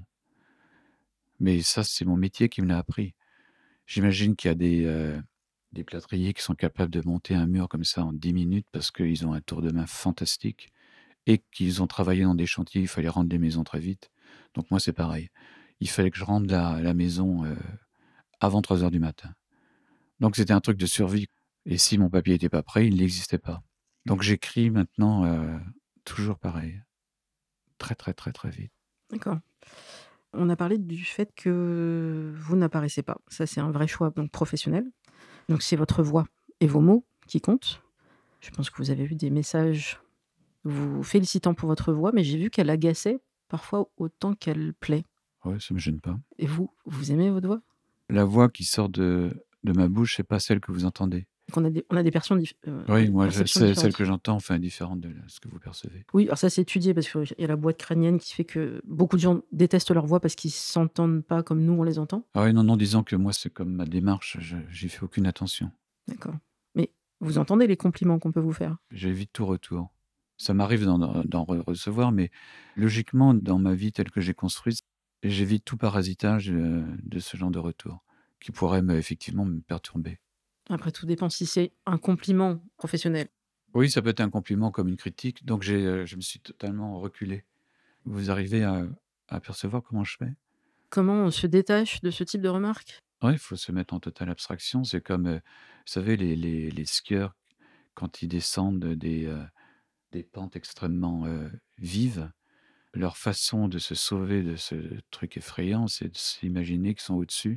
Mais ça, c'est mon métier qui me l'a appris. J'imagine qu'il y a des, heu, des plâtriers qui sont capables de monter un mur comme ça en dix minutes parce qu'ils ont un tour de main fantastique et qu'ils ont travaillé dans des chantiers, il fallait rendre les maisons très vite. Donc moi, c'est pareil. Il fallait que je rende la la maison, heu, avant trois heures du matin. Donc c'était un truc de survie et si mon papier était pas prêt, il n'existait pas. Donc j'écris maintenant, heu, toujours pareil, très, très, très, très vite. D'accord. On a parlé du fait que vous n'apparaissez pas. Ça, c'est un vrai choix donc professionnel. Donc c'est votre voix et vos mots qui comptent. Je pense que vous avez eu des messages vous félicitant pour votre voix, mais j'ai vu qu'elle agaçait parfois autant qu'elle plaît. Ouais, ça me gêne pas. Et vous, vous aimez votre voix? La voix qui sort de de ma bouche, c'est pas celle que vous entendez. Donc on a des on a des personnes dif heu, on a Oui, des moi, je perceptions c'est celle différentes. que j'entends, enfin différente de ce que vous percevez. Oui, alors ça c'est étudié parce qu'il y a la boîte crânienne qui fait que beaucoup de gens détestent leur voix parce qu'ils s'entendent pas comme nous on les entend. Ah oui, non, non, disons que moi, c'est comme ma démarche, je j'y fais aucune attention. D'accord. Mais vous entendez les compliments qu'on peut vous faire? J'évite tout retour. Ça m'arrive d'en d'en d'en re recevoir, mais logiquement, dans ma vie telle que j'ai construite, j'évite tout parasitage, heu, de ce genre de retour, qui pourrait me effectivement me perturber. Après tout dépend si c'est un compliment professionnel. Oui, ça peut être un compliment comme une critique, donc j'ai, heu, je me suis totalement reculé. Vous arrivez à à percevoir comment je fais? Comment on se détache de ce type de remarques? Ouais, il faut se mettre en totale abstraction. C'est comme, heu, vous savez les les les skieurs quand ils descendent des, heu, des pentes extrêmement, heu, vives, leur façon de se sauver de ce truc effrayant, c'est de s'imaginer qu'ils sont au-dessus,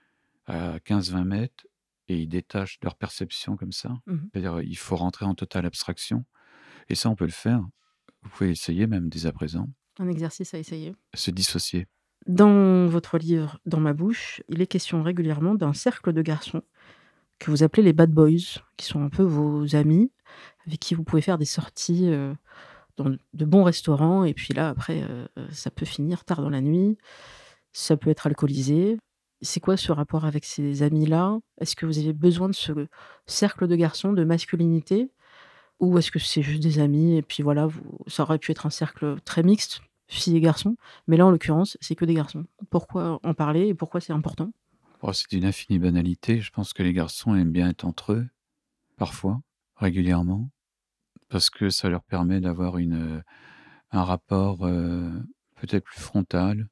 à quinze vingt mètres et ils détachent leur perception comme ça. Mmh. C'est-à-dire, heu, il faut rentrer en totale abstraction et ça, on peut le faire. Vous pouvez essayer même dès à présent, Un exercice à essayer. se dissocier. Dans votre livre «Dans ma bouche», il est question régulièrement d'un cercle de garçons que vous appelez les bad boys, qui sont un peu vos amis, avec qui vous pouvez faire des sorties, heu, dans de bons restaurants et puis là après, heu heu, ça peut finir tard dans la nuit, ça peut être alcoolisé. C'est quoi ce rapport avec ces amis-là? Est-ce que vous avez besoin de ce cercle de garçons, de masculinité? Ou est-ce que c'est juste des amis et puis voilà, vous ça aurait pu être un cercle très mixte, filles et garçons, mais là, en l'occurrence, c'est que des garçons. Pourquoi en parler et pourquoi c'est important? Oh, c'est une infinie banalité. Je pense que les garçons aiment bien être entre eux, parfois, régulièrement. Parce que ça leur permet d'avoir une, heu, un rapport, heu, peut-être plus frontal,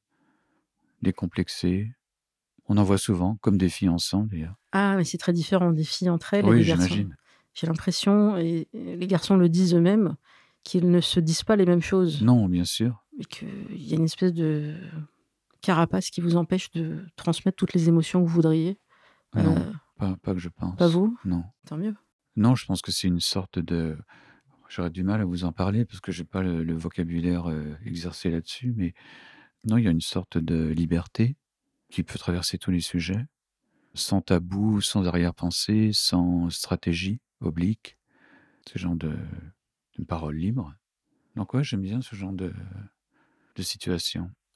décomplexé. On en voit souvent, comme des filles ensemble d'ailleurs. Ah, mais c'est très différent des filles entre elles et Oui, des garçons. j'imagine. J'ai l'impression et et les garçons le disent eux-mêmes, qu'ils ne se disent pas les mêmes choses Non, bien sûr. et qu'il y a une espèce de carapace qui vous empêche de transmettre toutes les émotions que vous voudriez. Non, Heu, pas pas que je Pas pense. vous? Non. Tant mieux. Non, je pense que c'est une sorte de j'aurais du mal à vous en parler parce que j'ai pas le le vocabulaire, heu, exercé là-dessus, mais non, il y a une sorte de liberté qui peut traverser tous les sujets, sans tabou, sans arrière-pensée, sans stratégie oblique, ce genre de de paroles libres. Donc ouais, j'aime bien ce genre de de situation.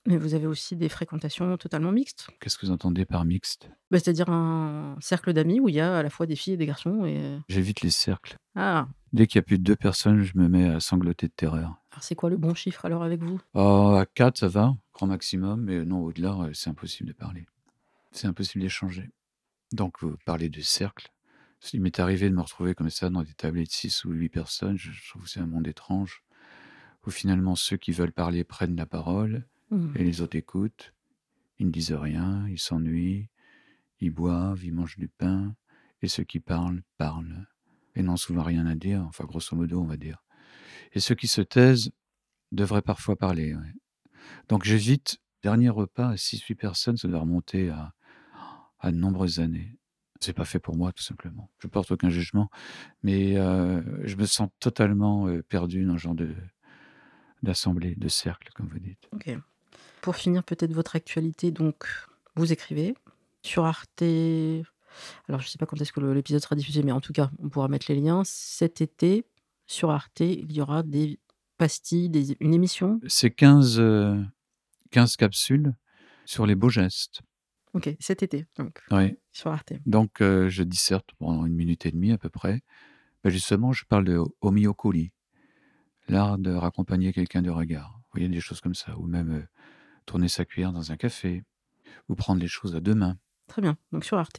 Mais vous avez aussi des fréquentations totalement mixtes? Qu'est-ce que vous entendez par mixte? Bah, c'est-à-dire un cercle d'amis où il y a à la fois des filles et des garçons et heu J'évite les cercles. ah! Dès qu'il y a plus de deux personnes, je me mets à sangloter de terreur. Alors c'est quoi le bon chiffre alors avec vous? Oh, à quatre, ça va, grand maximum, mais non, au-delà, heu, c'est impossible de parler. C'est impossible d'échanger. Donc vous parlez de cercle. Il m'est arrivé de me retrouver comme ça dans des tablées de six ou huit personnes. Je je trouve que c'est un monde étrange, où finalement ceux qui veulent parler prennent la parole Mmh. et les autres écoutent. Ils ne disent rien, ils s'ennuient, ils boivent, ils mangent du pain et ceux qui parlent, parlent et n'ont souvent rien à dire, enfin grosso modo, on va dire. Et ceux qui se taisent devraient parfois parler, ouais. Donc j'évite, dernier repas à six huit personnes, ça doit remonter à à de nombreuses années. C'est pas fait pour moi tout simplement. Je porte aucun jugement, mais heu, je me sens totalement, heu, perdu dans ce genre de d'assemblée, de cercle, comme vous dites. OK. Pour finir peut-être votre actualité, donc vous écrivez sur Arte, alors je sais pas quand est-ce que le l'épisode sera diffusé, mais en tout cas, on pourra mettre les liens. Cet été, sur Arte, il y aura des pastilles, des une émission? C'est quinze, heu, quinze capsules sur les beaux gestes. OK, cet été donc, Oui, sur Arte. donc heu, je disserte pendant une minute et demie à peu près. Bah, justement, je parle de homiokoli, l'art de raccompagner quelqu'un de regard. Vous voyez, des choses comme ça, ou même, heu, tourner sa cuillère dans un café, ou prendre les choses à deux mains. Très bien, donc sur Arte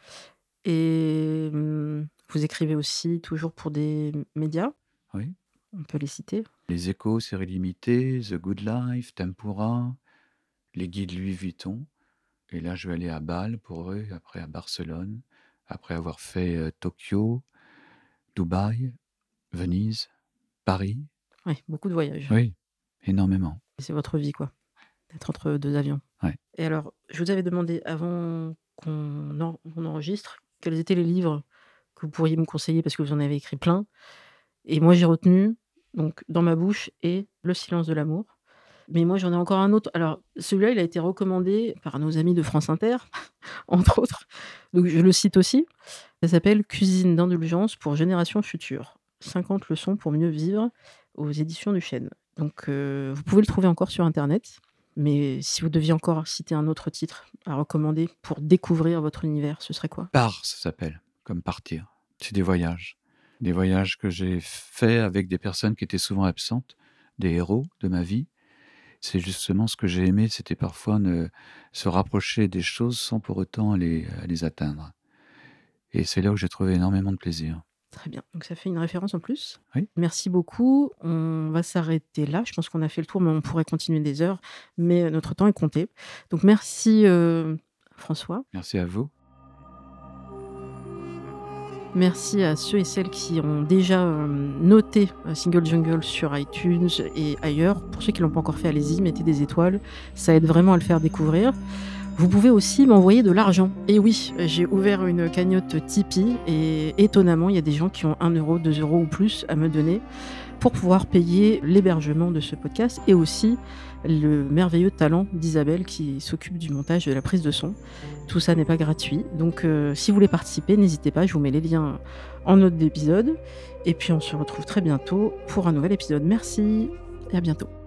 et mmh, vous écrivez aussi toujours pour des médias? Oui. On peut les citer? Les Échos, Séries limitées, The Good Life, Tempura, les guides Louis Vuitton. Et là, je vais aller à Bâle pour eux, après à Barcelone, après avoir fait, heu, Tokyo, Dubaï, Venise, Paris. Oui, beaucoup de voyages. Oui, énormément. C'est votre vie quoi, d'être entre deux avions. Ouais. Et alors, je vous avais demandé avant qu'on en on enregistre, quels étaient les livres que vous pourriez me conseiller parce que vous en avez écrit plein et moi j'ai retenu donc Dans ma bouche et Le silence de l'amour. Mais moi j'en ai encore un autre. Alors celui-là, il a été recommandé par nos amis de France Inter, entre autres, donc je le cite aussi. Ça s'appelle Cuisine d'indulgence pour génération future. cinquante leçons pour mieux vivre aux éditions du Chêne. Donc heu, vous pouvez le trouver encore sur internet, mais si vous deviez encore citer un autre titre à recommander pour découvrir votre univers, ce serait quoi? Part, ça s'appelle, comme partir. C'est des voyages. Des voyages que j'ai faits avec des personnes qui étaient souvent absentes, des héros de ma vie. C'est justement ce que j'ai aimé, c'était parfois ne se rapprocher des choses sans pour autant les, heu, les atteindre. Et c'est là où j'ai trouvé énormément de plaisir. Très bien, donc ça fait une référence en plus. Oui, Merci beaucoup. On va s'arrêter là. Je pense qu'on a fait le tour, mais on pourrait continuer des heures, mais notre temps est compté. Donc merci, heu, François. merci à vous. Merci à ceux et celles qui ont déjà, hem, noté, heu, Single Jungle sur iTunes et ailleurs. Pour ceux qui l'ont pas encore fait, allez-y, mettez des étoiles, ça aide vraiment à le faire découvrir. Vous pouvez aussi m'envoyer de l'argent. Et oui, j'ai ouvert une cagnotte Tipeee et étonnamment, il y a des gens qui ont un euro, deux euros ou plus à me donner pour pouvoir payer l'hébergement de ce podcast et aussi le merveilleux talent d'Isabelle qui s'occupe du montage de la prise de son. Tout ça n'est pas gratuit, donc heu, si vous voulez participer, n'hésitez pas, je vous mets les liens en note d'épisode et puis on se retrouve très bientôt pour un nouvel épisode. Merci et à bientôt.